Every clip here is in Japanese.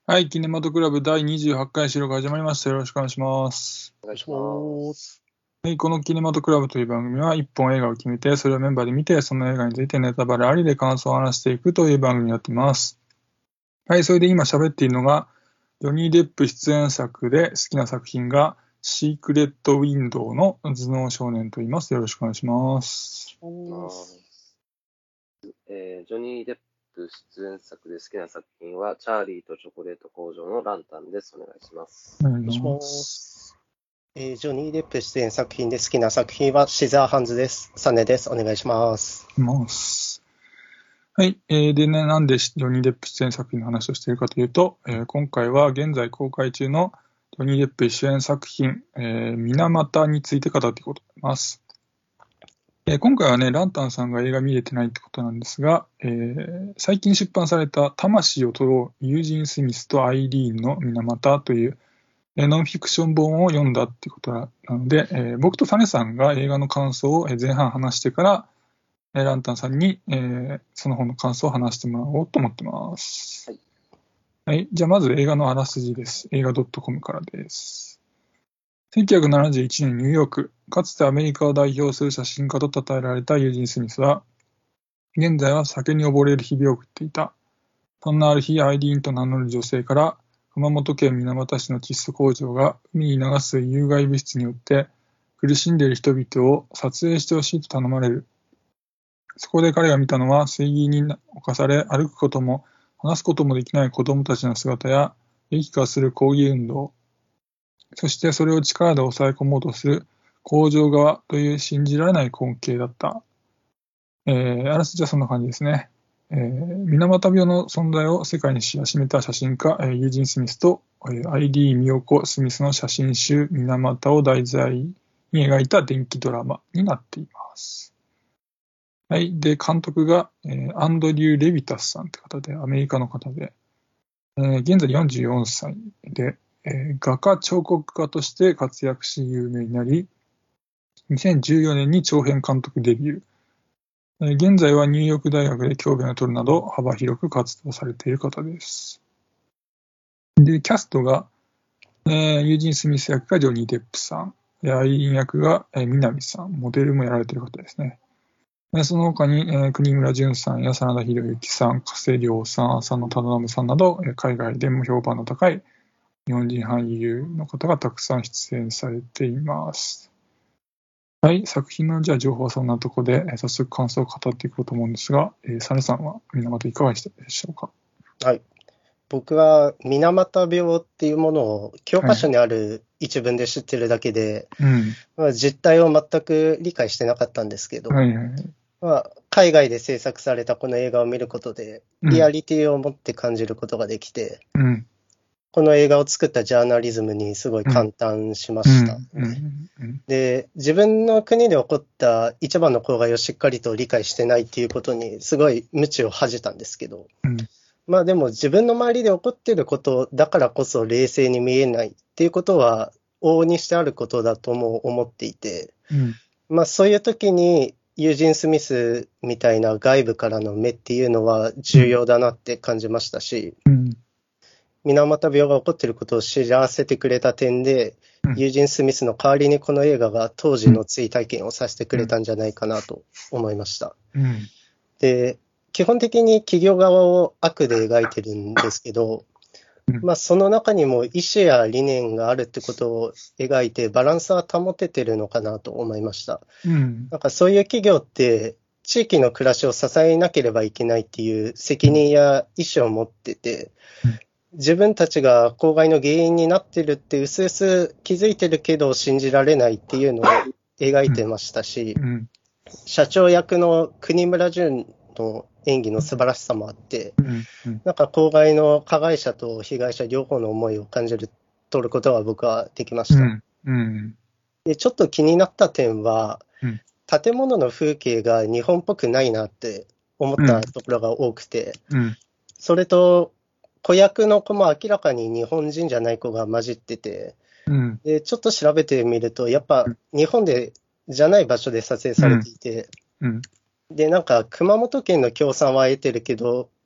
はい、キネマトクラブ第28回収録始まりました。よろしくお願いします。 お願いします。 はい、このキネマトクラブという番組は1本映画を決めて、それをメンバーで見て、その映画についてネタバレありで感想を話していくという番組になっています。はい、それで今喋っているのが、ジョニー・デップ出演作で好きな作品が、シークレット・ウィンドウの頭脳少年と言います。よろしくお願いします。 ジョニー・デップ出演作で好きな作品は、チャーリーとチョコレート工場のランタンです。お願いします。 お願いします。 ジョニー・デップ出演作品で好きな作品は、シザーハンズです。サネです。お願いします。 はい。でね、なんでジョニー・デップ出演作品の話をしているかというと、今回は現在公開中のジョニー・デップ主演作品、水俣について語っていこうと思います。今回はね、ランタンさんが映画見れてないってことなんですが、最近出版された魂を取ろう、ユージン・スミスとアイリーンの水俣という、ノンフィクション本を読んだってことなので、僕とサネさんが映画の感想を前半話してから、ランタンさんに、その本の感想を話してもらおうと思ってます。はい。じゃあまず映画のあらすじです。映画 .com からです。1971年ニューヨーク、かつてアメリカを代表する写真家と称えられたユージン・スミスは、現在は酒に溺れる日々を送っていた。そんなある日、アイリーンと名乗る女性から、熊本県水俣市の窒素工場が海に流す有害物質によって苦しんでいる人々を撮影してほしいと頼まれる。そこで彼が見たのは水銀に侵され歩くことも話すこともできない子供たちの姿や激化する抗議運動、そしてそれを力で抑え込もうとする工場側という信じられない光景だった。あらすじはそんな感じですね。水俣病の存在を世界に知らしめた写真家、ユージン・スミスと、アイリー・ミヨコ・スミスの写真集水俣を題材に描いた電気ドラマになっています。はい。で、監督が、アンドリュー・レヴィタスさんって方で、アメリカの方で、現在44歳で、画家彫刻家として活躍し有名になり、2014年に長編監督デビュー。現在はニューヨーク大学で教鞭を取るなど幅広く活動されている方です。で、キャストが、ユージン・スミス役がジョニー・デップさん、アイリーン役が、南さん、モデルもやられている方ですね。その他に、国村淳さんや真田広之さん、加瀬亮さん、浅野忠信さんなど、海外でも評判の高い日本人俳優の方がたくさん出演されています。はい、作品のじゃあ情報はそんなところで、早速感想を語っていこうと思うんですが、サネさんは水俣いかがでしょうか。 はい。僕は水俣病っていうものを教科書にある一文で知ってるだけで、実態を全く理解してなかったんですけど、海外で制作されたこの映画を見ることで、リアリティを持って感じることができて、この映画を作ったジャーナリズムにすごい感嘆しました。で、自分の国で起こった一番の公害をしっかりと理解してないっていうことにすごい鞭を恥じたんですけど、まあでも自分の周りで起こっていることだからこそ冷静に見えないっていうことは往々にしてあることだとも思っていて、まあそういう時にユージン・スミスみたいな外部からの目っていうのは重要だなって感じましたし、水俣病が起こっていることを知らせてくれた点で、ユージン・スミスの代わりにこの映画が当時の追体験をさせてくれたんじゃないかなと思いました。で、基本的に企業側を悪で描いてるんですけど、まあその中にも意思や理念があるってことを描いてバランスは保ててるのかなと思いました。なんかそういう企業って地域の暮らしを支えなければいけないっていう責任や意思を持ってて、自分たちが公害の原因になってるってうすうす気づいてるけど信じられないっていうのを描いてましたし、社長役の国村淳の演技の素晴らしさもあって、なんか公害の加害者と被害者両方の思いを取ることが僕はできました。で、ちょっと気になった点は、建物の風景が日本っぽくないなって思ったところが多くて、それと子役の子も明らかに日本人じゃない子が混じってて、でちょっと調べてみると、やっぱ日本でじゃない場所で撮影されていて、でなんか熊本県の協賛は得てるけど、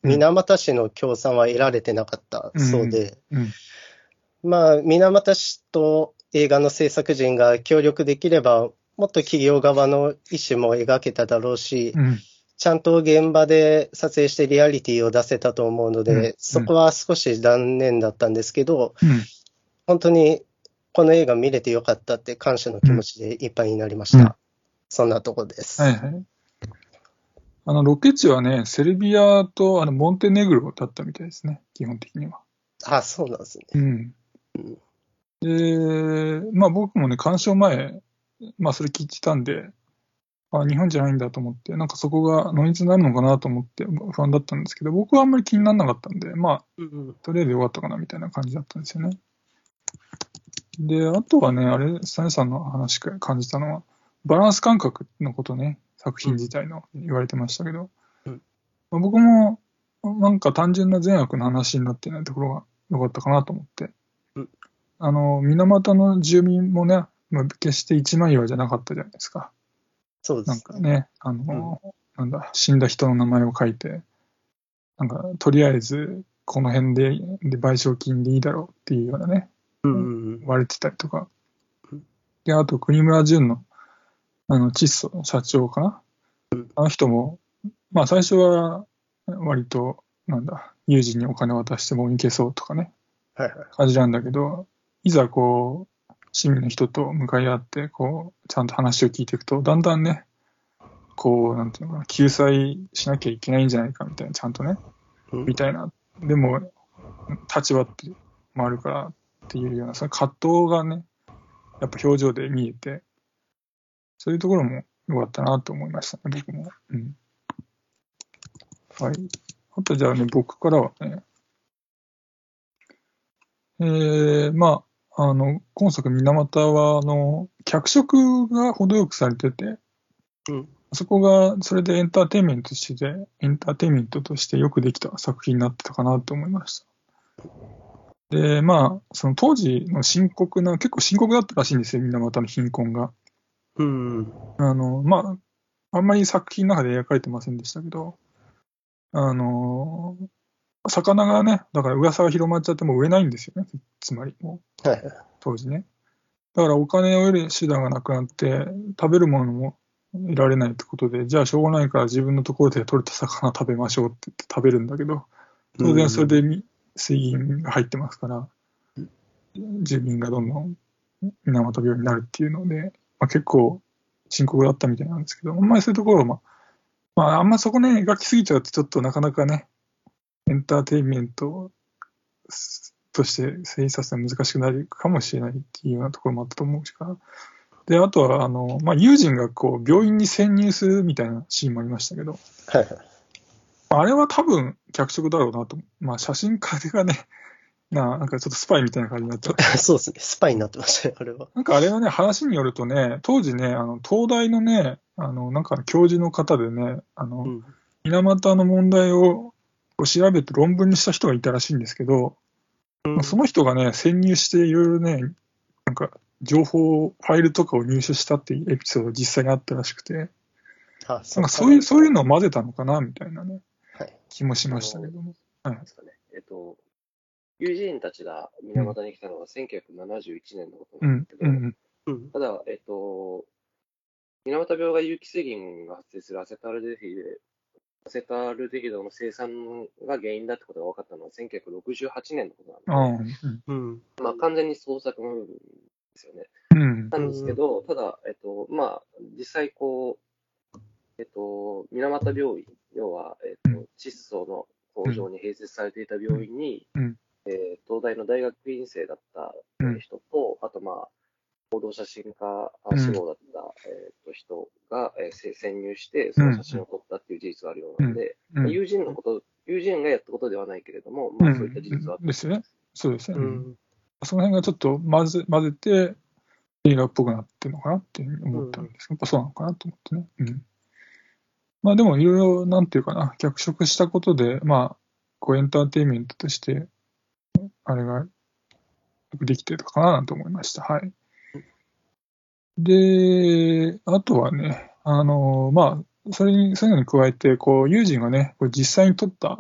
水俣氏の協賛は得られてなかったそうで、 うん。 まあ、水俣氏と映画の制作陣が協力できれば、もっと企業側の意思も描けただろうし、ちゃんと現場で撮影してリアリティを出せたと思うので、そこは少し残念だったんですけど、本当にこの映画見れてよかったって感謝の気持ちでいっぱいになりました。そんなとこです。 はいはい。ロケ地はね、セルビアとモンテネグロだったみたいですね、基本的には。 あ、そうなんですね。 で、まあ僕もね、鑑賞前、まあそれ聞いてたんで、日本じゃないんだと思って、なんかそこがノイズになるのかなと思って不安だったんですけど、僕はあんまり気にならなかったんで、まあ、とりあえずよかったかなみたいな感じだったんですよね。で、あとはね、あれ、サネさんの話から感じたのは、バランス感覚のことね、作品自体の言われてましたけど、まあ、僕もなんか単純な善悪の話になっていないところが良かったかなと思って、水俣の住民もね、まあ、決して一枚岩じゃなかったじゃないですか。 そうです。 なんかね、なんだ、死んだ人の名前を書いて、なんか、とりあえず、この辺で賠償金でいいだろうっていうようなね、言われてたりとか。で、あと、国村淳の、窒素の社長かな。あの人も、まあ、最初は、割と、なんだ、友人にお金渡してもいけそうとかね、感じなんだけど、いざこう、市民の人と向かい合って、こう、ちゃんと話を聞いていくと、だんだんね、こう、なんていうのかな、救済しなきゃいけないんじゃないかみたいな、ちゃんとね、みたいな。でも、立場ってもあるからっていうような、その葛藤がね、やっぱ表情で見えて、そういうところも良かったなと思いましたね、僕も。はい。あとじゃあね、僕からはね、まあ、今作水俣は、脚色が程よくされてて、そこが、それでエンターテインメントとしてよくできた作品になってたかなと思いました。で、まあ、その当時の結構深刻だったらしいんですよ、水俣の貧困が。まあ、あんまり作品の中で描かれてませんでしたけど、魚がね、だから噂が広まっちゃっても売れないんですよね、つまりもう、当時ね。だからお金を得る手段がなくなって、食べるものも得られないってことで、じゃあしょうがないから自分のところで取れた魚食べましょうって言って食べるんだけど、当然それで水銀が入ってますから、住民がどんどん水俣病になるっていうので、まあ、結構深刻だったみたいなんですけど、あんまりそういうところを、まあ、あんまそこね、描きすぎちゃうとちょっとなかなかね、エンターテインメントとして成立させるのは難しくなるかもしれないっていうようなところもあったと思うしから。で、あとは、まあ、友人がこう、病院に潜入するみたいなシーンもありましたけど、あれは多分脚色だろうなと。まあ、写真家がね、なんかちょっとスパイみたいな感じになっちゃって。 そうですね、スパイになってましたね、あれは。 なんかあれはね、話によるとね、当時ね、東大のね、なんか教授の方でね、水俣の問題を調べて論文にした人がいたらしいんですけど、その人がね、潜入していろいろね、なんか情報、ファイルとかを入手したっていうエピソードが実際にあったらしくて、なんかそういうのを混ぜたのかなみたいなね、気もしましたけども。 友人たちが水俣に来たのが1971年のことなんですけど、ただ、水俣病が有機水銀が発生するアセトアルデヒドの生産が原因だってことが分かったのは1968年のことなんで、まあ完全に創作の部分ですよね。なんですけど、ただ、まあ、実際こう、水俣病院、要は、窒素の工場に併設されていた病院に、東大の大学院生だった人と、あとまあ、報道写真家志望だった人が潜入して、その写真を撮ったっていう事実があるようなので、友人がやったことではないけれども、まあそういった事実はあった。 ですよね。そうですね。その辺がちょっと混ぜて、映画っぽくなってるのかなって思ったんですけど、やっぱそうなのかなと思ってね。まあでもいろいろ、なんていうかな、脚色したことで、まあ、こうエンターテインメントとして、あれがよくできてるかなと思いました。はい。で、あとはね、まあ、そういうのに加えて、こう、友人がね、これ実際に撮った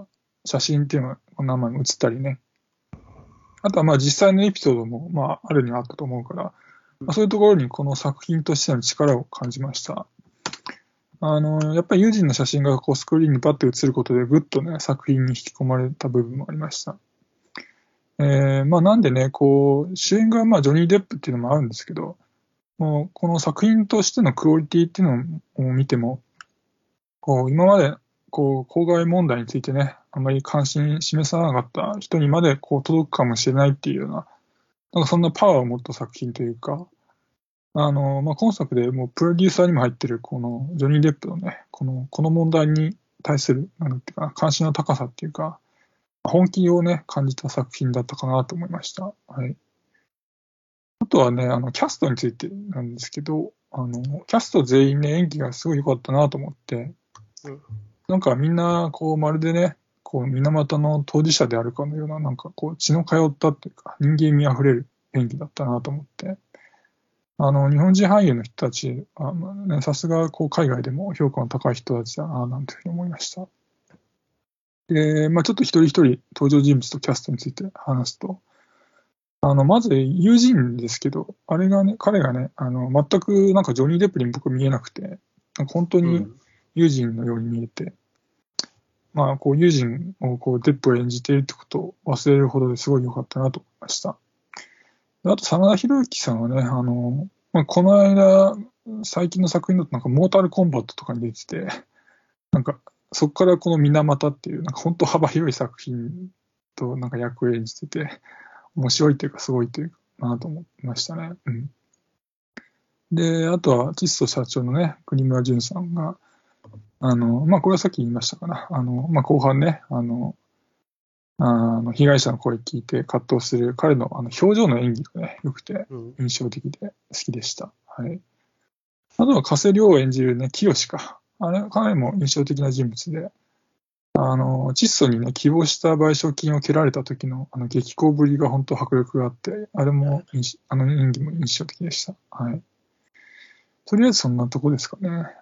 写真っていうのが何枚も写ったりね。あとはまあ実際のエピソードもまああるにはあったと思うから、まあ、そういうところにこの作品としての力を感じました。やっぱり友人の写真がこうスクリーンにパッと映ることでぐっとね、作品に引き込まれた部分もありました。まあなんでね、こう、主演がまあジョニー・デップっていうのもあるんですけど、もうこの作品としてのクオリティっていうのを見ても、こう、今まで、こう、公害問題についてね、あまり関心示さなかった人にまでこう届くかもしれないっていうような、なんかそんなパワーを持った作品というか、まあ、今作でもうプロデューサーにも入ってるこのジョニー・デップのね、この問題に対する、なんていうかな、関心の高さっていうか、本気をね、感じた作品だったかなと思いました。はい。あとはね、キャストについてなんですけど、キャスト全員ね、演技がすごい良かったなと思って、なんかみんな、こう、まるでね、こう、水俣の当事者であるかのような、なんかこう、血の通ったっていうか、人間味あふれる演技だったなと思って、日本人俳優の人たち、さすがこう海外でも評価の高い人たちだな、なんていうふうに思いました。で、まあちょっと一人一人登場人物とキャストについて話すと、まず友人ですけど、彼がね、全くなんかジョニー・デップに僕見えなくて、本当に友人のように見えて、まあこう友人をこうデップを演じているってことを忘れるほどですごい良かったなと思いました。あと、真田広之さんはね、この間、最近の作品だとなんかモータルコンバットとかに出てて、なんかそこからこの水俣っていう、なんか本当幅広い作品となんか役を演じてて、面白いというかすごいというかなと思いましたね。うん。で、あとは、チッソ社長のね、国村淳さんが、まあこれはさっき言いましたかな。まあ後半ね、被害者の声聞いて葛藤する彼の表情の演技がね、良くて印象的で好きでした。はい。あとは加瀬亮を演じるね、清か。あれ、かなりも印象的な人物で、窒素にね、希望した賠償金を蹴られた時の激高ぶりが本当迫力があって、あれも演技も印象的でした。はい。とりあえずそんなとこですかね。はい。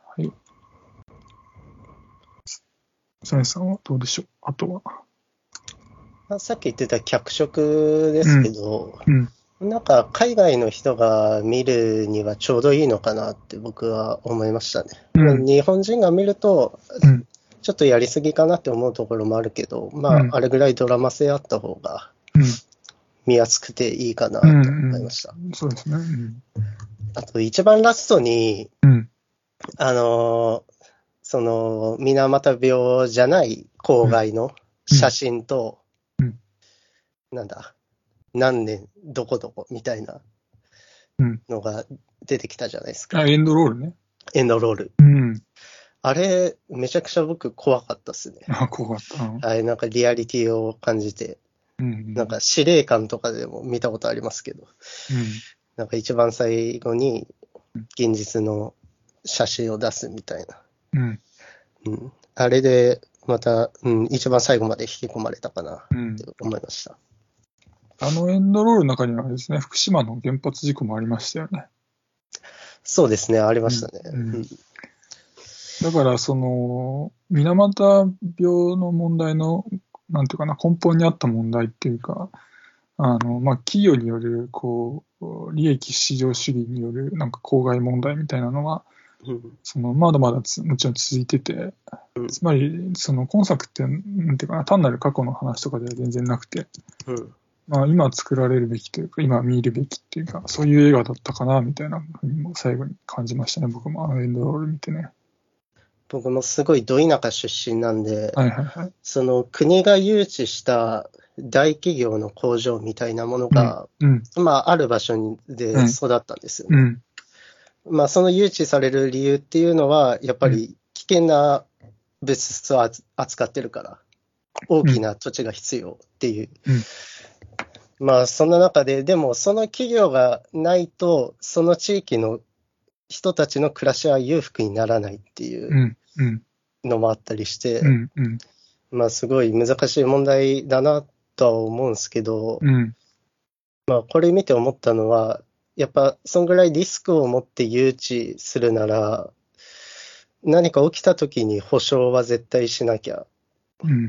ソネさんはどうでしょう。あとは。 さっき言ってた脚色ですけど、なんか海外の人が見るにはちょうどいいのかなって僕は思いましたね。日本人が見ると、ちょっとやりすぎかなって思うところもあるけど、まあ、あれぐらいドラマ性あった方が見やすくていいかなと思いました。 そうですね。 あと一番ラストに、その水俣病じゃない公害の写真と、なんだ、何年、どこどこみたいなのが出てきたじゃないですか。 エンドロールね。 エンドロール。あれ、めちゃくちゃ僕怖かったっすね。 怖かった。 はい、なんかリアリティを感じて、なんか司令官とかでも見たことありますけど、なんか一番最後に現実の写真を出すみたいな。あれでまた、一番最後まで引き込まれたかなって思いました。 エンドロールの中にはですね、福島の原発事故もありましたよね。 そうですね、ありましたね。 だから、水俣病の問題の、なんていうかな、根本にあった問題っていうか、まあ、企業による、こう、利益至上主義による、なんか公害問題みたいなのは、まだまだもちろん続いてて、つまり、今作って、なんていうかな、単なる過去の話とかでは全然なくて、まあ、今作られるべきというか、今見るべきっていうか、そういう映画だったかな、みたいなふうにも最後に感じましたね、僕もエンドロール見てね。 僕もすごいど田舎出身なんで、その国が誘致した大企業の工場みたいなものが、まあ、ある場所で育ったんですよね。まあ、その誘致される理由っていうのは、やっぱり危険な物質を扱ってるから、大きな土地が必要っていう。まあ、そんな中で、でもその企業がないと、その地域の人たちの暮らしは裕福にならないっていうのもあったりして、まあ、すごい難しい問題だなとは思うんですけど、まあ、これ見て思ったのは、やっぱ、そんぐらいリスクを持って誘致するなら、何か起きたときに保証は絶対しなきゃ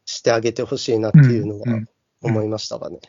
してあげてほしいなっていうのは思いましたがね。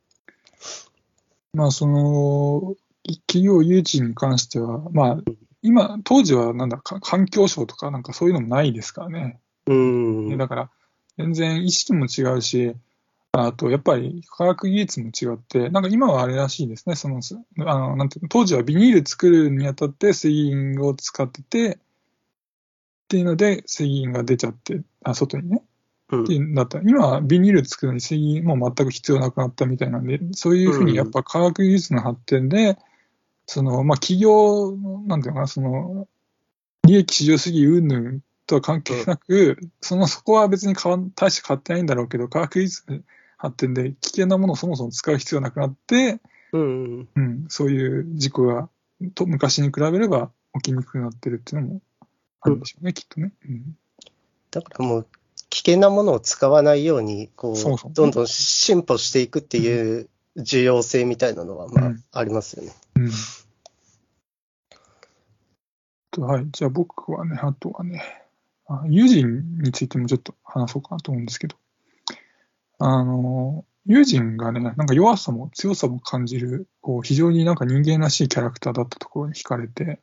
まあ、企業誘致に関しては、まあ、当時は環境省とかなんかそういうのもないですからね。だから、全然意識も違うし、あと、やっぱり科学技術も違って、なんか今はあれらしいですね。なんていうの、当時はビニール作るにあたって水銀を使ってて、っていうので水銀が出ちゃって、外にね。っていうんだったら、今はビニール作るのに水銀も全く必要なくなったみたいなんで、そういうふうにやっぱ科学技術の発展で、まあ、企業の、なんていうのかな、利益至上主義云々とは関係なく、そこは別に大して変わってないんだろうけど、科学技術発展で危険なものをそもそも使う必要なくなって、そういう事故が昔に比べれば起きにくくなってるっていうのもあるんでしょうね、きっとね。 だからもう、危険なものを使わないように、どんどん進歩していくっていう重要性みたいなのは、まあ、ありますよね。 はい。じゃあ僕はね、あとはね、友人についてもちょっと話そうかなと思うんですけど、友人がね、なんか弱さも強さも感じる、非常になんか人間らしいキャラクターだったところに惹かれて、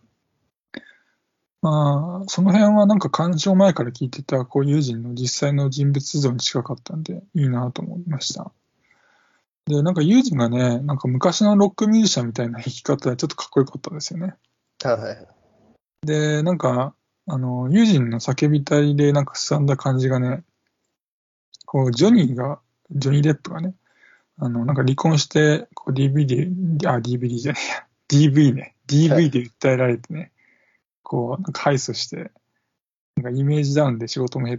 まあ、その辺はなんか鑑賞前から聞いてた友人の実際の人物像に近かったんで、いいなと思いました。で、なんか友人がね、なんか昔のロックミュージシャンみたいな弾き方でちょっとかっこよかったですよね。で、なんか、友人の叫びたいでなんかすさんだ感じがね、ジョニー・デップがね、なんか離婚して、DVD じゃねえや、DV ね、DV で訴えられてね、なんか敗訴して、なんかイメージダウンで仕事も減って、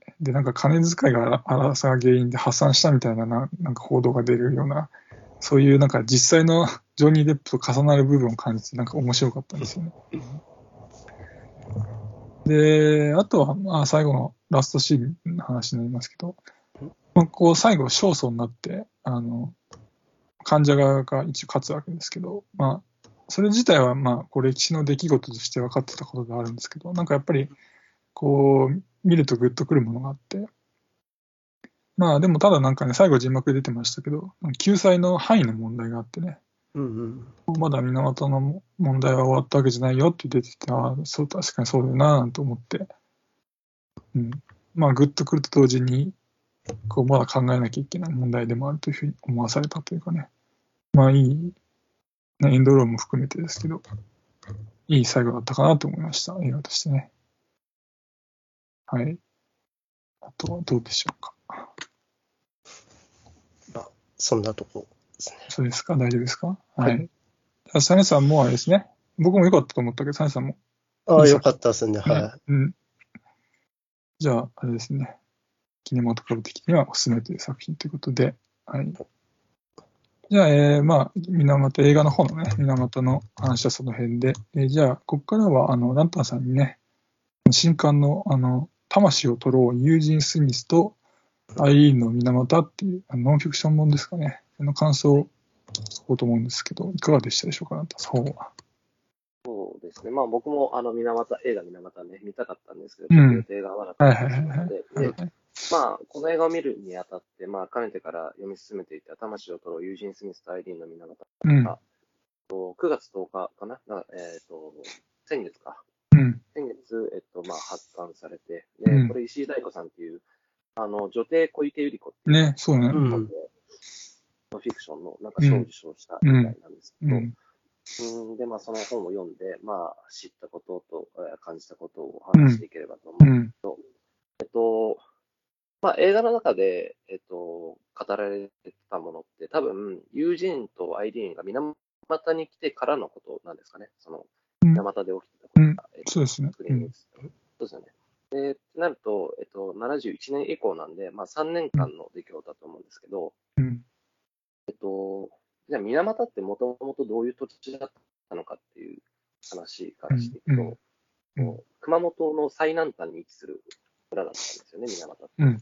で、なんか金遣いが荒さが原因で破産したみたいな、なんか報道が出るような、そういうなんか実際のジョニー・デップと重なる部分を感じて、なんか面白かったんですよね。で、あとは、まあ、最後のラストシーンの話になりますけど、最後、勝訴になって、患者側が一応勝つわけですけど、まあ、それ自体は、まあ、歴史の出来事として分かってたことではあるんですけど、なんかやっぱり、見るとグッとくるものがあって、まあ、でもただなんかね、最後字幕で出てましたけど、救済の範囲の問題があってね、まだ水俣の問題は終わったわけじゃないよって出てて、そう、確かにそうだよなぁと思って、まあ、グッとくると同時に、まだ考えなきゃいけない問題でもあるというふうに思わされたというかね、まあいい、ね、エンドロールも含めてですけど、いい最後だったかなと思いました、映画としてね。はい。あとはどうでしょうか。 そんなとこですね。 そうですか、大丈夫ですか。はい。サネさんもあれですね。僕も良かったと思ったけど、サネさんも。 良かったですね、はい。 じゃあ、あれですね。キネマトグラフ的にはおすすめという作品ということで、はい。じゃあ、まあ、映画の方のね、水俣の話はその辺で、じゃあ、ここからは、ランタンさんにね、新刊の、魂を取ろう、ユージン・スミスとアイリーンの水俣っていう、ノンフィクション本ですかね。その感想を聞こうと思うんですけど、いかがでしたでしょうか、ランタンさんは。 そうですね。まあ僕も映画水俣ね、見たかったんですけど、ちょっと予定が合わなかったので、まあこの映画を見るにあたって、まあかねてから読み進めていた魂を取ろう、ユージン・スミスとアイリーンの水俣が、9月10日かな、先月か。先月、まあ発刊されて、で、これ石井大子さんっていう、女帝小池百合子っていう、 ね、そうね。 フィクションのなんか賞を受賞したみたいなんですけど、で、まあ、その本を読んで、まあ、知ったことと、感じたことを話していければと思うんですけど、まあ、映画の中で、語られてたものって、多分、ユージーンとアイリーンが水俣に来てからのことなんですかね。水俣で起きてたことが、 そうですね。 そうですよね。で、ってなると、71年以降なんで、まあ、3年間の出来事だと思うんですけど、じゃあ、水俣ってもともとどういう土地だったのかっていう話からしていくと、熊本の最南端に位置する村だったんですよね、水俣って。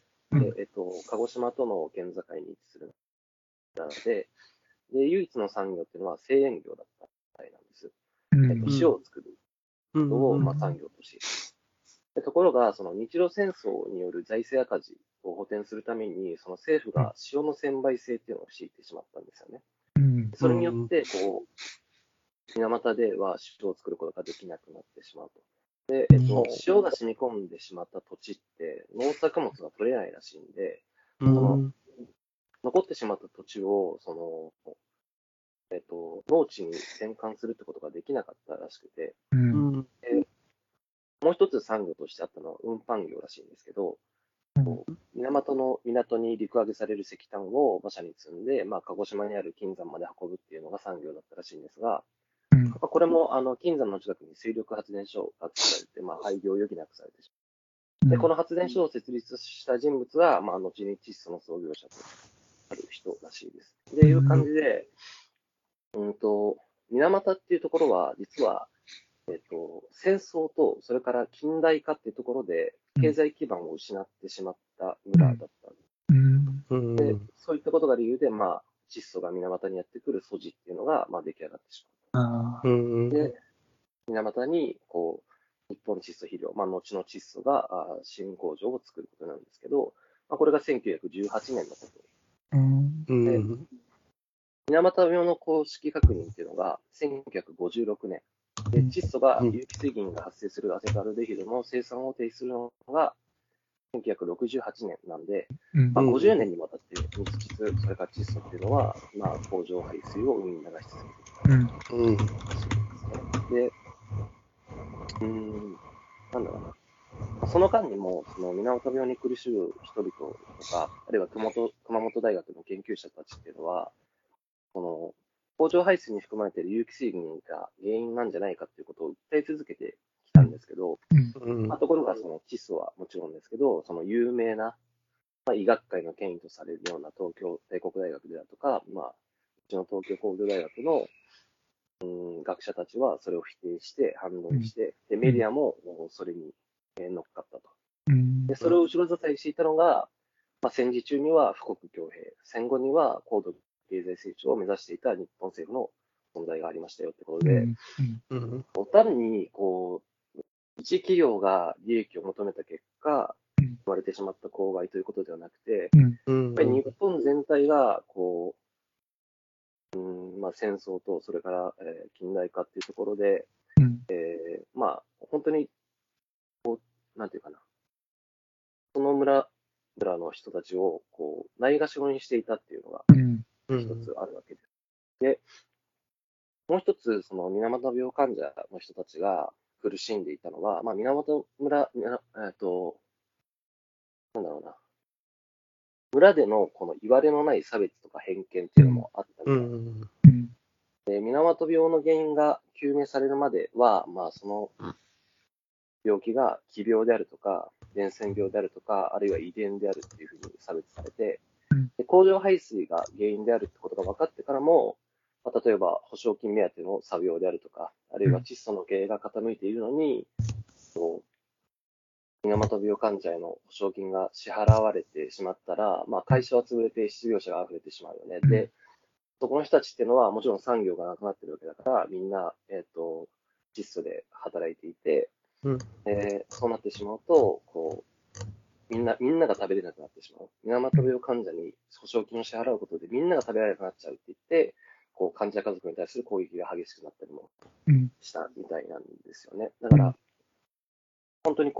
で、鹿児島との県境に位置する村で、唯一の産業っていうのは製塩業だったみたいなんです。塩を作ることを、まあ、産業としている。 ところが、その日露戦争による財政赤字を補填するために、その政府が塩の専売制っていうのを敷いてしまったんですよね。それによって、水俣では塩を作ることができなくなってしまうと。で、塩が染み込んでしまった土地って、農作物が取れないらしいんで、残ってしまった土地を、農地に転換するってことができなかったらしくて、もう一つ産業としてあったのは運搬業らしいんですけど、港に陸揚げされる石炭を馬車に積んで、鹿児島にある金山まで運ぶっていうのが産業だったらしいんですが、これも金山の近くに水力発電所が作られて、廃業を余儀なくされてしまう。で、この発電所を設立した人物は、後に窒素の創業者となる人らしいです。っていう感じで、水俣っていうところは、実は、戦争と、それから近代化っていうところで、経済基盤を失ってしまった村だったんで、そういったことが理由で、窒素が水俣にやってくる素地っていうのが、出来上がってしまう。で、水俣に、日本窒素肥料、後の窒素が新工場を作ることなんですけど、これが1918年のこと。で、水俣病の公式確認っていうのが1956年。で、窒素が有機水銀が発生するアセトアルデヒドの生産を停止するのが1968年なんで、50年にわたって密窒、それから窒素っていうのは、工場排水を海に流し続けている。で、なんだろうな。その間にも、水俣病に苦しむ人々とか、あるいは熊本大学の研究者たちっていうのは、工場排水に含まれている有機水銀が原因なんじゃないかということを訴え続けてきたんですけど、ところが窒素はもちろんですけど、有名な、医学界の権威とされるような東京帝国大学であるとか、うちの東京工業大学の学者たちはそれを否定して反論して、でメディアもそれに乗っかったと。でそれを後ろ支えしていたのが、戦時中には富国強兵、戦後には高度経済成長を目指していた日本政府の存在がありましたよってことで、単に一企業が利益を求めた結果、生まれてしまった公害ということではなくて、やっぱり日本全体が戦争とそれから、近代化っていうところで、本当になんていうかな、その村の人たちをないがしろにしていたっていうのが一つあるわけです。で、もう一つ、水俣病患者の人たちが苦しんでいたのは、源村、村でのこの言われのない差別とか偏見っていうのもあったみたいで、水俣病の原因が究明されるまでは、その病気が奇病であるとか、伝染病であるとか、あるいは遺伝であるっていうふうに差別されて、で工場排水が原因であるってことが分かってからも、例えば保証金目当ての作病であるとか、あるいは窒素の経営が傾いているのに、水俣病患者への保証金が支払われてしまったら、会社は潰れて失業者が溢れてしまうよね。で、そこの人たちっていうのはもちろん産業がなくなってるわけだから、みんな、窒素で働いていて、そうなってしまうと、みんなが食べれなくなってしまう。水俣病患者に保証金を支払うことでみんなが食べられなくなっちゃうって言って、患者家族に対する攻撃が激しくなったりもしたみたいなんですよね。だから、本当に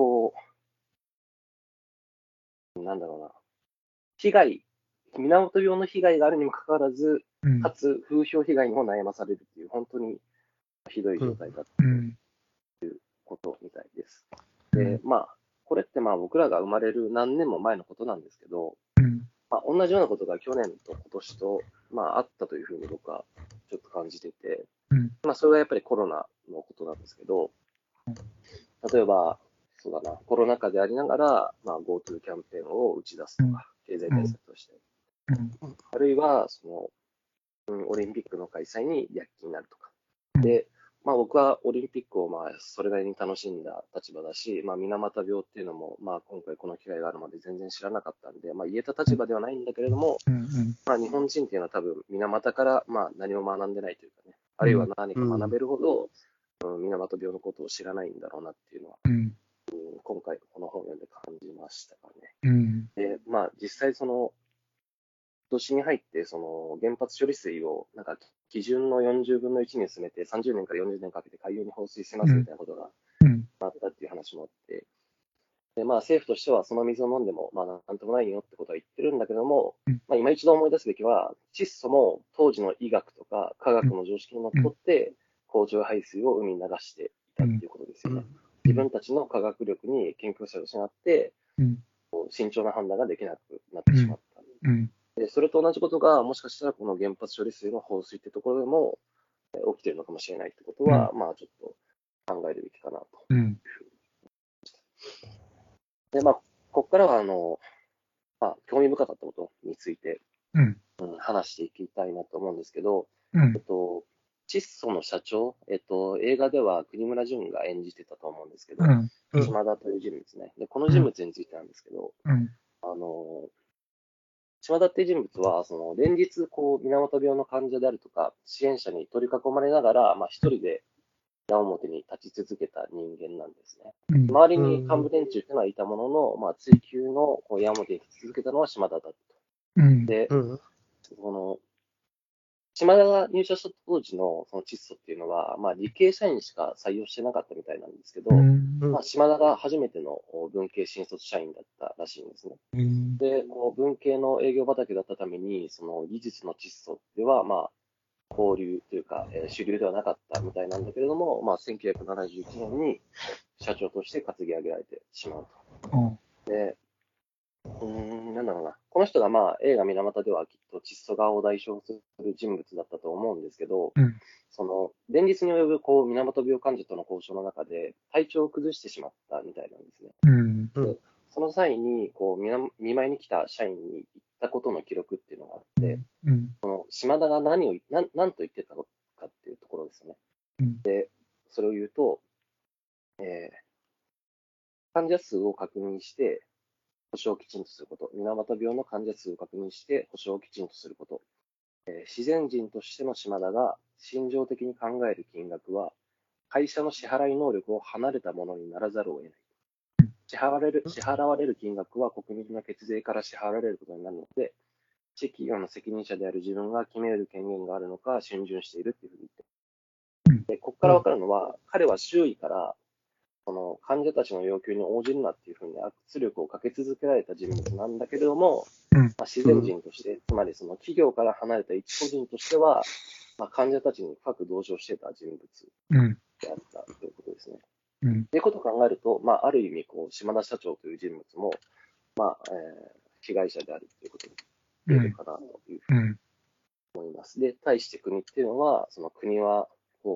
被害、源病の被害があるにもかかわらず、かつ風評被害にも悩まされるっていう、本当にひどい状態だったということみたいです。で、これって僕らが生まれる何年も前のことなんですけど、同じようなことが去年と今年と、あったというふうに僕はちょっと感じてて、それがやっぱりコロナのことなんですけど、例えば、コロナ禍でありながら、GoTo キャンペーンを打ち出すとか、経済対策として。あるいは、オリンピックの開催に躍起になるとか。で、僕はオリンピックをそれなりに楽しんだ立場だし、水俣病っていうのも、今回この機会があるまで全然知らなかったんで、言えた立場ではないんだけれども、日本人っていうのは多分水俣から何も学んでないというかね、あるいは何か学べるほど、水俣病のことを知らないんだろうなっていうのは、今回この本を読んで感じましたかね。うん、 で、実際今年に入って、原発処理水を、なんか、基準の40分の1に薄めて、30年から40年かけて海洋に放水しますみたいなことがあったっていう話もあって、で、政府としてはその水を飲んでも、なんともないよってことは言ってるんだけども、今一度思い出すべきは、窒素も当時の医学とか科学の常識にのっとって、工場排水を海に流していたっていうことですよね。自分たちの科学力に研究者を失って、慎重な判断ができなくなってしまった。でそれと同じことが、もしかしたらこの原発処理水の放水ってところでも起きているのかもしれないってことは、ちょっと考えるべきかなというふうに。で、ここからは興味深かったことについて、話していきたいなと思うんですけど、窒素の社長、映画では国村淳が演じてたと思うんですけど、島田という人物ね。で、この人物についてなんですけど、島田っていう人物は、連日、水俣病の患者であるとか、支援者に取り囲まれながら、一人で矢面に立ち続けた人間なんですね。周りに幹部連中っていうのはいたものの、追及の矢面に立ち続けたのは島田だと。で、島田が入社した当時のその窒素っていうのは、理系社員しか採用してなかったみたいなんですけど、島田が初めての文系新卒社員だったらしいんですね。で、文系の営業畑だったために、その技術の窒素では、交流というか、主流ではなかったみたいなんだけれども、1971年に社長として担ぎ上げられてしまうと。で、なんだろうな。この人が映画水俣ではきっと窒素側を代表する人物だったと思うんですけど、連日に及ぶ水俣病患者との交渉の中で体調を崩してしまったみたいなんですね。でその際に見舞いに来た社員に言ったことの記録っていうのがあって、島田が何と言ってたのかっていうところですね。で、それを言うと、患者数を確認して、保証をきちんとすること。水俣病の患者数を確認して保証をきちんとすること。自然人としての島田が心情的に考える金額は、会社の支払い能力を離れたものにならざるを得ない。支払われる金額は国民の血税から支払われることになるので、地企業の責任者である自分が決める権限があるのか、逡巡しているっていうふうに言って。で、ここから分かるのは、彼は周囲から、患者たちの要求に応じるなっていうふうに圧力をかけ続けられた人物なんだけれども、自然人として、つまり企業から離れた一個人としては、患者たちに深く同情していた人物であったということですね。ということを考えると、ある意味島田社長という人物も、被害者であるということに言えるかなというふうに思います。で、対して国っていうのは、国は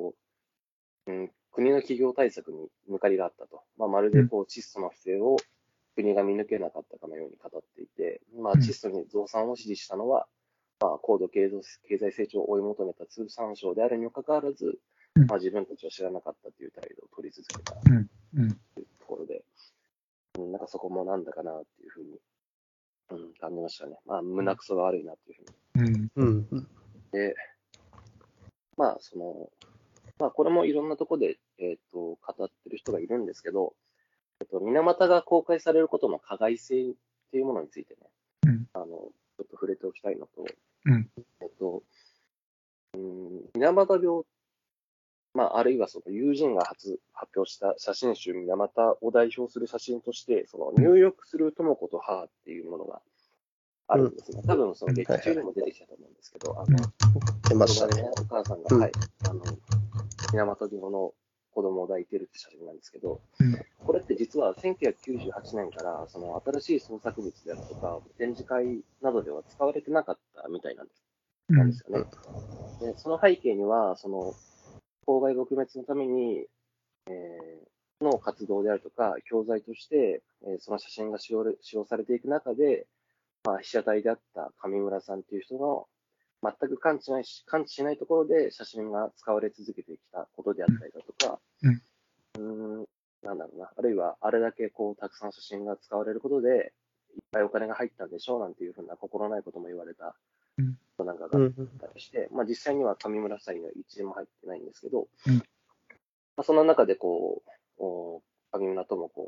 国の企業対策に抜かりがあったと。まるで窒素の不正を国が見抜けなかったかのように語っていて、窒素に増産を指示したのは、高度経済成長を追い求めた通産省であるにもかかわらず、自分たちは知らなかったという態度を取り続けたというところで、なんかそこもなんだかなっていうふうに、感じましたね。胸くそが悪いなっていうふうに。で、これもいろんなところで、語ってる人がいるんですけど、水俣が公開されることの加害性っていうものについてね、ちょっと触れておきたいのと、水俣病、あるいは友人が発表した写真集水俣を代表する写真として、入浴する智子と母っていうものがあるんですね。多分劇中でも出てきたと思うんですけど、 出ましたね。 お母さんが、水俣病の子供を抱いているって写真なんですけど、これって実は1998年から新しい創作物であるとか展示会などでは使われてなかったみたいなんですよね。でその背景には公害撲滅のために、の活動であるとか教材として、その写真が使用されていく中で、被写体であった上村さんという人の全く感知しないところで写真が使われ続けてきたことであったりだとか、なんだろうな、あるいはあれだけたくさん写真が使われることで、いっぱいお金が入ったんでしょうなんていうふうな心ないことも言われた人なんかがあったりして、実際には上村夫妻には一円も入ってないんですけど、その中で上村智子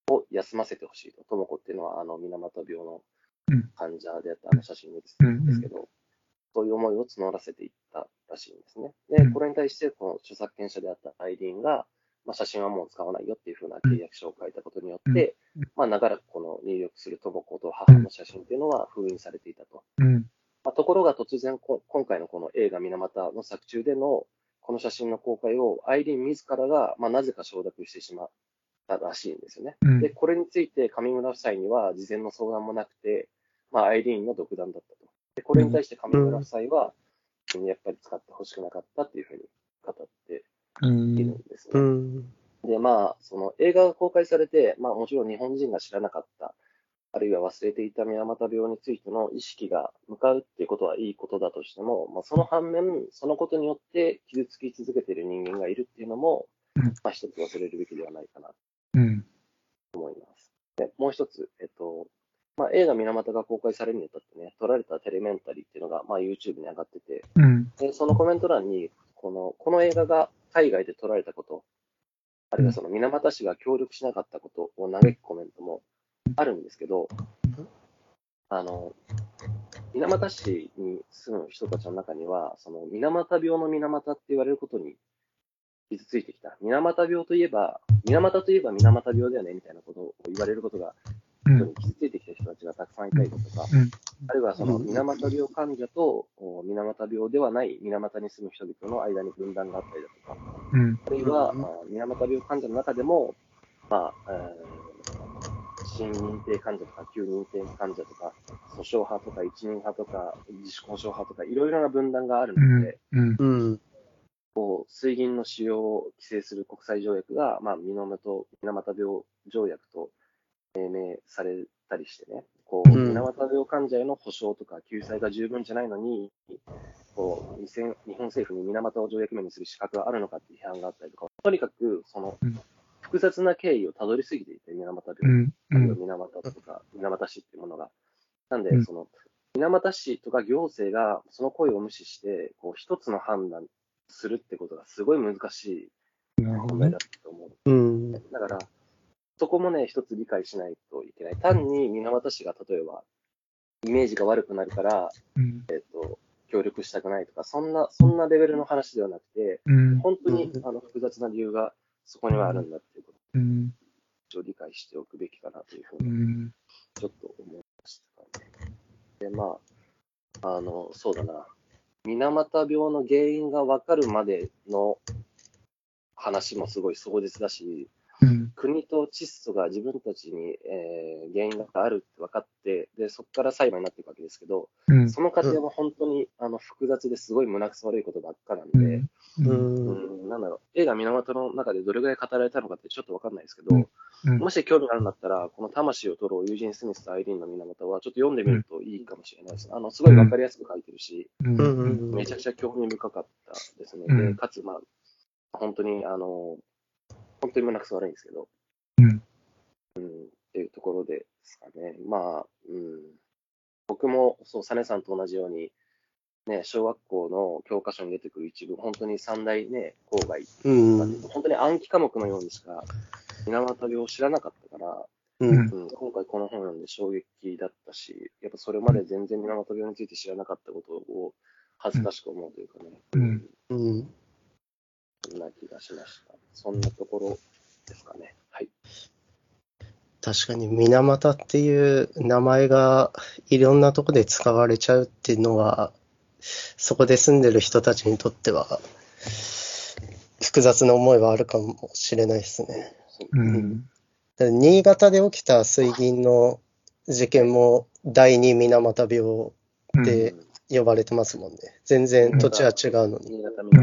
を休ませてほしいと。智子っていうのは、水俣病の患者であった写真に写ってるんですけど、そういう思いを募らせていったらしいんですね。で、これに対して、この著作権者であったアイリーンが、写真はもう使わないよっていうふうな契約書を書いたことによって、長らくこの入力する智子と母の写真っていうのは封印されていたと。ところが突然、今回のこの映画水俣の作中でのこの写真の公開をアイリーン自らが、なぜか承諾してしまったらしいんですよね。で、これについて上村夫妻には事前の相談もなくて、アイリーンの独断だったと。で、これに対して上村夫妻は、やっぱり使ってほしくなかったっていうふうに語っているんですね。で、その映画が公開されて、もちろん日本人が知らなかった、あるいは忘れていた水俣病についての意識が向かうっていうことはいいことだとしても、その反面、そのことによって傷つき続けている人間がいるっていうのも、一つ忘れるべきではないかなと思います。で、もう一つ、映画水俣が公開されるにあたってね、撮られたテレメンタリーっていうのが、YouTube に上がってて、で、そのコメント欄に、この映画が海外で撮られたこと、あるいはその水俣市が協力しなかったことを嘆くコメントもあるんですけど、水俣市に住む人たちの中には、その水俣病の水俣って言われることに傷ついてきた。水俣病といえば水俣病だよねみたいなことを言われることが、傷ついてきた人たちがたくさんいたりだとか、あるいはその水俣病患者と水俣病ではない水俣に住む人々の間に分断があったりだとか、あるいは水俣病患者の中でも、新認定患者とか旧認定患者とか訴訟派とか一任派とか自主交渉派とかいろいろな分断があるので、水銀の使用を規制する国際条約が、水俣病条約と命名されたりしてね、水俣病患者への補償とか救済が十分じゃないのに、日本政府に水俣を条約名にする資格があるのかっていう批判があったりとか、とにかくその複雑な経緯をたどり過ぎていて、水俣病、水俣とか水俣市っていうものが。なんで、その水俣市とか行政がその声を無視して、一つの判断するってことがすごい難しい問題だと思う。だから、そこもね、一つ理解しないといけない。単に水俣市が例えば、イメージが悪くなるから、協力したくないとか、そんなレベルの話ではなくて、本当に複雑な理由がそこにはあるんだっていうことを理解しておくべきかなというふうに、ちょっと思いましたね。で、そうだな。水俣病の原因が分かるまでの話もすごい壮絶だし、国とチッソが自分たちに、原因があるって分かって、で、そこから裁判になっていくわけですけど、その過程は本当に複雑ですごい胸くそ悪いことばっかなんで、なんだろう、映画水俣の中でどれぐらい語られたのかってちょっと分かんないですけど、もし興味があるんだったら、この魂を取ろうユージン・スミスとアイリーンの水俣はちょっと読んでみるといいかもしれないです。すごい分かりやすく書いてるし、めちゃくちゃ興味深かったですね。でかつ、本当に胸くそ悪いんですけど、っていうところですかね。僕もそう、サネさんと同じように、ね、小学校の教科書に出てくる一部、本当に三大ね、郊外、本当に暗記科目のようにしか水俣病を知らなかったから、今回この本を読んで衝撃だったし、やっぱそれまで全然水俣病について知らなかったことを恥ずかしく思うというかね。そんな気がしました。そんなところですかね。はい。 確かに水俣っていう名前がいろんなところで使われちゃうっていうのは、そこで住んでる人たちにとっては複雑な思いはあるかもしれないですね。新潟で起きた水銀の事件も第二水俣病って呼ばれてますもんね。全然土地は違うのに。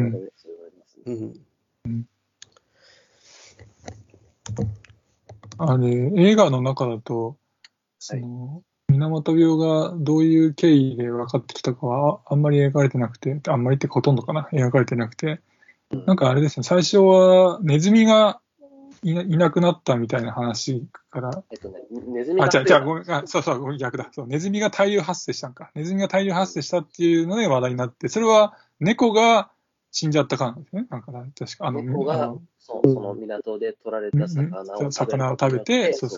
映画の中だと、水俣病がどういう経緯で分かってきたかはあんまり描かれてなくて、あんまりってほとんどかな、描かれてなくて、なんかあれですね、最初はネズミがいなくなったみたいな話から、 ネズミがごめん、ごめん、逆だ。そう、ネズミが大量発生したんか。ネズミが大量発生したっていうので話題になって、それは猫が死んじゃったからなんですね。だから確か猫がその港で取られた魚を食べて、そう。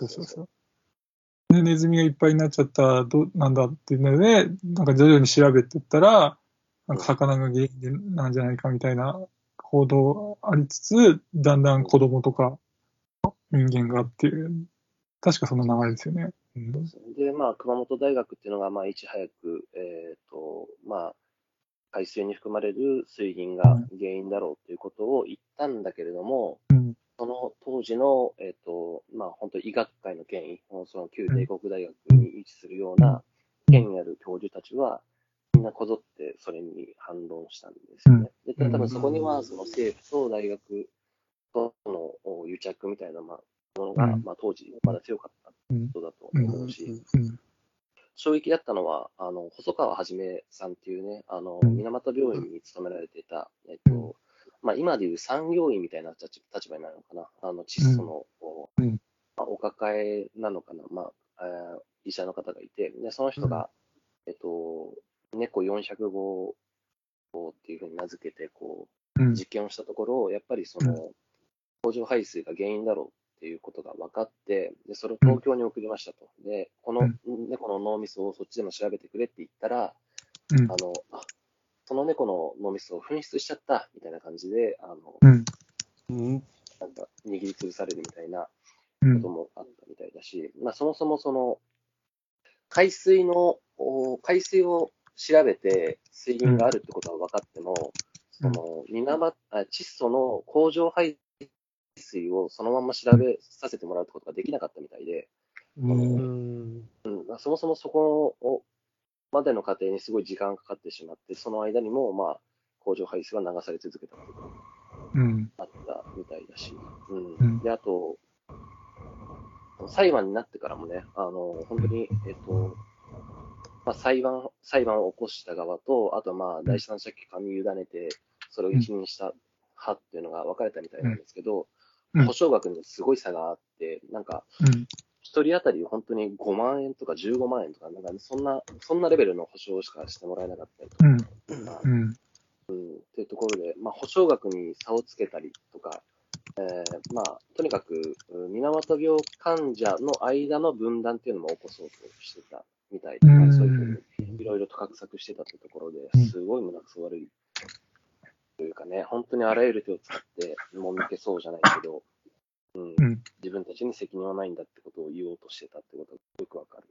で、ネズミがいっぱいになっちゃった、なんだっていうので、なんか徐々に調べていったら、なんか魚が原因なんじゃないかみたいな報道ありつつ、だんだん子供とか人間がっていう、確かその名前ですよね。 で、熊本大学っていうのが、いち早く、海水に含まれる水銀が原因だろうということを言ったんだけれども、その当時の、本当医学界の権威、その旧帝国大学に位置するような権威ある教授たちは、みんなこぞってそれに反論したんですよね。で、多分そこには、その政府と大学との癒着みたいなものが、当時まだ強かったことだと思うし、衝撃だったのは、細川はじめさんっていうね、水俣病院に勤められていた、今でいう産業医みたいな立場になるのかな。窒素の、お抱えなのかな。医者の方がいて、で、その人が、猫400号っていうふうに名付けて、実験をしたところ、やっぱりその、工場排水が原因だろうっていうことが分かって、で、それを東京に送りましたと。で、この猫の脳みそをそっちでも調べてくれって言ったら、その猫の脳みそを紛失しちゃった、みたいな感じで、なんか握りつぶされるみたいなこともあったみたいだし、そもそもその、海水を調べて水銀があるってことは分かっても、その、窒素の工場排水をそのまま調べさせてもらうってことができなかったみたいで、そもそもそこまでの過程にすごい時間がかかってしまって、その間にも、工場排水は流され続けたってことがあったみたいだし、で、あと、裁判になってからもね、本当に、裁判を起こした側と、あと第三者機関に委ねて、それを一任した派っていうのが分かれたみたいなんですけど、保証額にすごい差があって、なんか、一人当たり本当に5万円とか15万円とか、なんかそんなレベルの保証しかしてもらえなかったりとか、っていうところで、保証額に差をつけたりとか、とにかく、水俣病患者の間の分断っていうのも起こそうとしてたみたいで、そういうふうにいろいろと画策してたってところで、すごい胸くそ悪いというかね、本当にあらゆる手を使ってもみ消そうじゃないけど、自分たちに責任はないんだってことを言おうとしてたってことがよくわかる。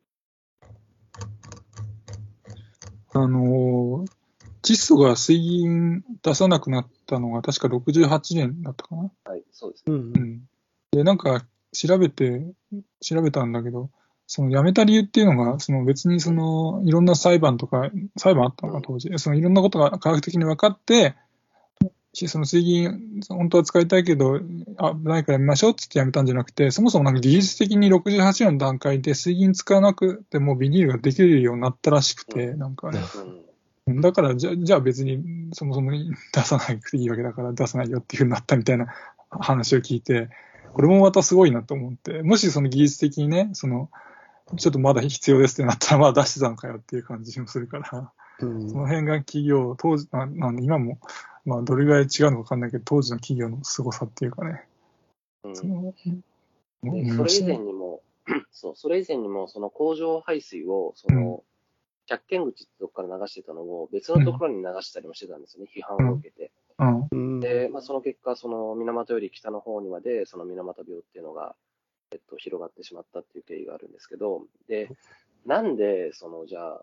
窒素が水銀出さなくなったのが確か68年だったかな。 はい、そうですね。 で、なんか調べたんだけど、その辞めた理由っていうのが、その別にそのいろんな裁判あったのか当時、そのいろんなことが科学的に分かって、その水銀本当は使いたいけど危ないからやめましょうって言ってやめたんじゃなくて、そもそもなんか技術的に68年の段階で水銀使わなくてもビニールができるようになったらしくて、なんかね。だからじゃあ別にそもそも出さなくていいわけだから出さないよっていう風になったみたいな話を聞いて、これもまたすごいなと思って、もしその技術的にね、そのちょっとまだ必要ですってなったら出してたのかよっていう感じもするから、その辺が企業当時今もどれぐらい違うのか分かんないけど、当時の企業の凄さっていうかね。 それ以前にもその工場排水をその着見口ってとこから流してたのを別のところに流したりもしてたんですよね、批判を受けて。で、その結果、その水俣より北の方にまでその水俣病っていうのが、広がってしまったっていう経緯があるんですけど、で、なんでじゃあ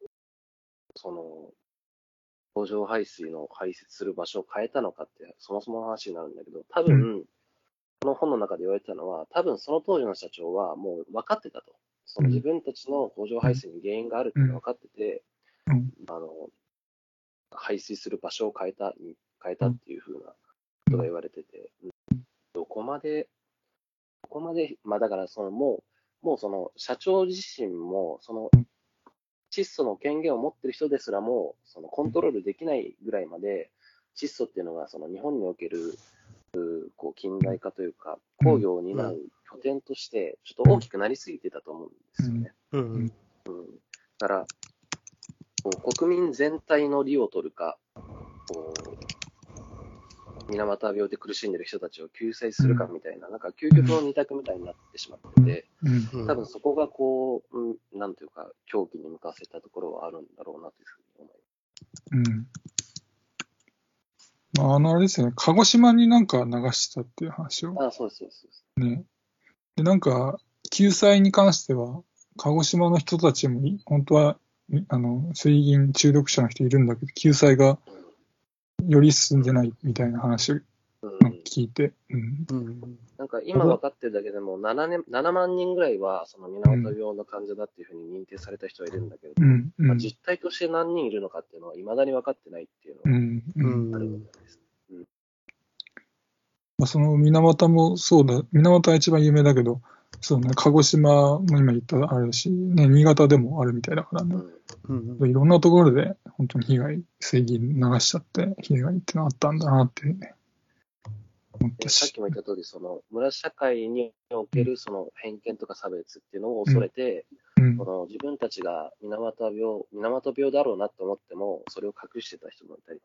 工場排水の排泄する場所を変えたのかって、そもそもの話になるんだけど、多分、この本の中で言われてたのは、多分その当時の社長はもう分かってたと。その自分たちの工場排水に原因があるっていうのが分かってて、排水する場所を変えたっていうふうなことが言われてて、どこまで、だからもうその社長自身も、その窒素の権限を持っている人ですらも、そのコントロールできないぐらいまで、窒素っていうのがその日本における近代化というか、工業を担う拠点として、ちょっと大きくなりすぎてたと思うんですよね。だから、国民全体の利を取るか、 水俣病で苦しんでる人たちを救済するかみたいな、なんか究極の二択みたいになってしまってて、多分そこがこう、なんていうか、狂気に向かせたところはあるんだろうなというふうに思います。 まあ、あれですよね、鹿児島になんか流してたっていう話を。 そうです、そうです。 ね。で、なんか、救済に関しては、鹿児島の人たちも、本当は、水銀中毒者の人いるんだけど、救済がより進んでないみたいな話を聞いて。 なんか今分かってるだけでも7万人ぐらいは、その水俣病の患者だっていうふうに認定された人はいるんだけれども、まあ、実態として何人いるのかっていうのは、未だに分かってないっていうのがあるみたいです。 その水俣もそうだ、水俣は一番有名だけど、そうね、鹿児島も今言ったあるし、ね、新潟でもあるみたいだからね、いろんなところで本当に水銀流しちゃって被害ってのあったんだなってね、思ったし。 さっきも言った通り、その村社会におけるその偏見とか差別っていうのを恐れて、この自分たちが水俣病だろうなと思っても、それを隠してた人もいたり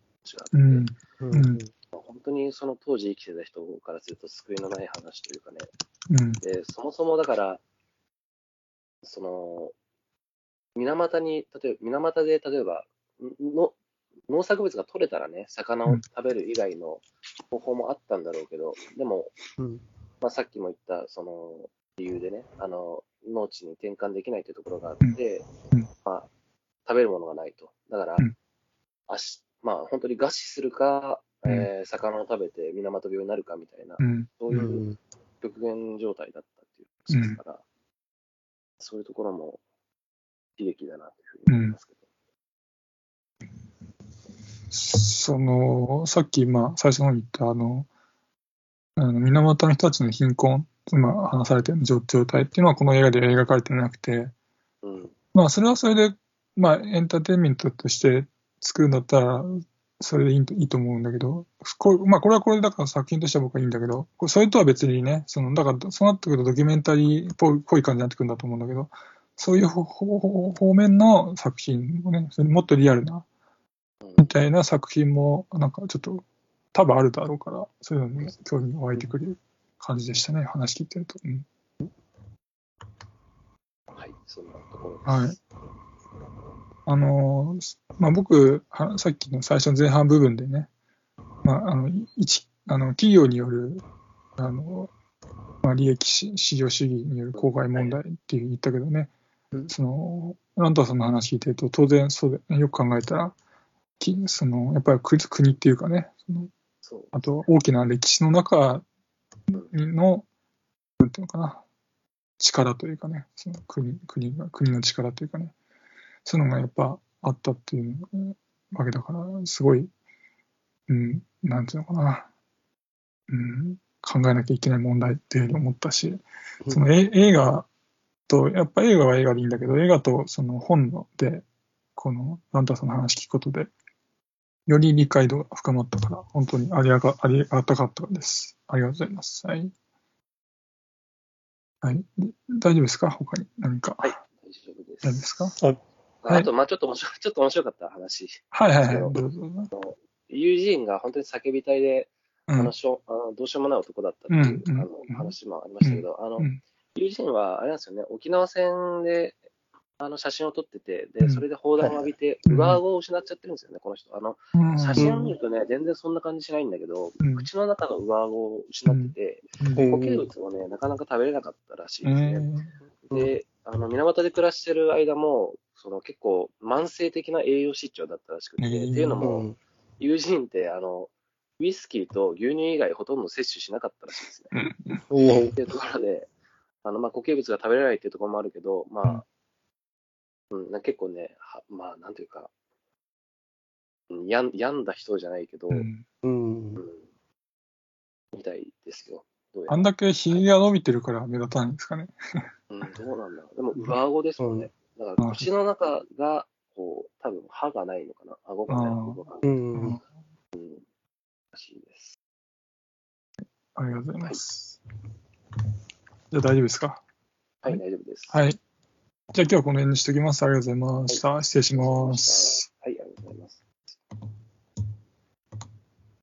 本当にその当時生きてた人からすると救いのない話というかね。で、そもそもだから、その、水俣で例えば農作物が取れたらね、魚を食べる以外の方法もあったんだろうけど、でも、まあ、さっきも言ったその理由でね、農地に転換できないというところがあって、まあ、食べるものがないと。だから、まあ、本当に餓死するか、魚を食べて水俣病になるかみたいな、そういう極限状態だったっていう話ですから、そういうところも悲劇だなというふうに思いますけど。 さっき最初の方に言った水俣の人たちの貧困、今話されている状態っていうのはこの映画で描かれてなくて、まあそれはそれで、まあエンターテインメントとして作るんだったら、それでいいと思うんだけど、まあこれはこれだから作品としては僕はいいんだけど、それとは別にね、だからそうなってくるとドキュメンタリーっぽい感じになってくるんだと思うんだけど、そういう方面の作品をね、もっとリアルな、みたいな作品も、なんかちょっと多分あるだろうから、そういうのに興味が湧いてくる感じでしたね、話聞いてると。 はい、そんなところです。 まあ、僕、さっきの最初の前半部分でね、まあ、企業による、まあ、利益至上主義による公害問題って言ったけどね、ランターさんの話聞いてると、当然そうで、よく考えたら、やっぱり国っていうかね、あと大きな歴史の中の、なんていうのかな、力というかね、国の力というかね、そういうのがやっぱあったっていうわけだから、すごい、なんていうのかな、考えなきゃいけない問題っていうふうに思ったし、映画と、やっぱ映画は映画でいいんだけど、映画とその本で、このランターさんの話聞くことで、より理解度が深まったから、本当にありがたかったです。ありがとうございます。はい。はい。大丈夫ですか？他に何か。 はい、大丈夫です。 大丈夫ですか？ あと、まあちょっと面白かった話。 どうぞ。 友人が本当に叫びたいで、どうしようもない男だったっていう、話もありましたけど、友人は、あれなんですよね、沖縄戦で、写真を撮ってて、で、それで砲弾を浴びて、上顎を失っちゃってるんですよね、この人。写真を見るとね、全然そんな感じしないんだけど、口の中の上顎を失ってて、固形物をね、なかなか食べれなかったらしいですね。で、水俣で暮らしてる間も、結構慢性的な栄養失調だったらしくて、っていうのも、友人って、ウイスキーと牛乳以外ほとんど摂取しなかったらしいですね。っていうところで、まあ、固形物が食べれないっていうところもあるけど、まあ、結構ね、まあ、なんていうか、病んだ人じゃないけど、みたいですよ。 あんだけひげが伸びてるから目立たないんですかね。 どうなんだろう。でも、上顎ですもんね。だから、口の中が、多分歯がないのかな。顎がないのかな。らしいです。 ありがとうございます。じゃあ大丈夫ですか？ はい、大丈夫です。 はい。じゃあ今日はこの辺にしておきます。ありがとうございました。失礼します。 はい、ありがとうございます。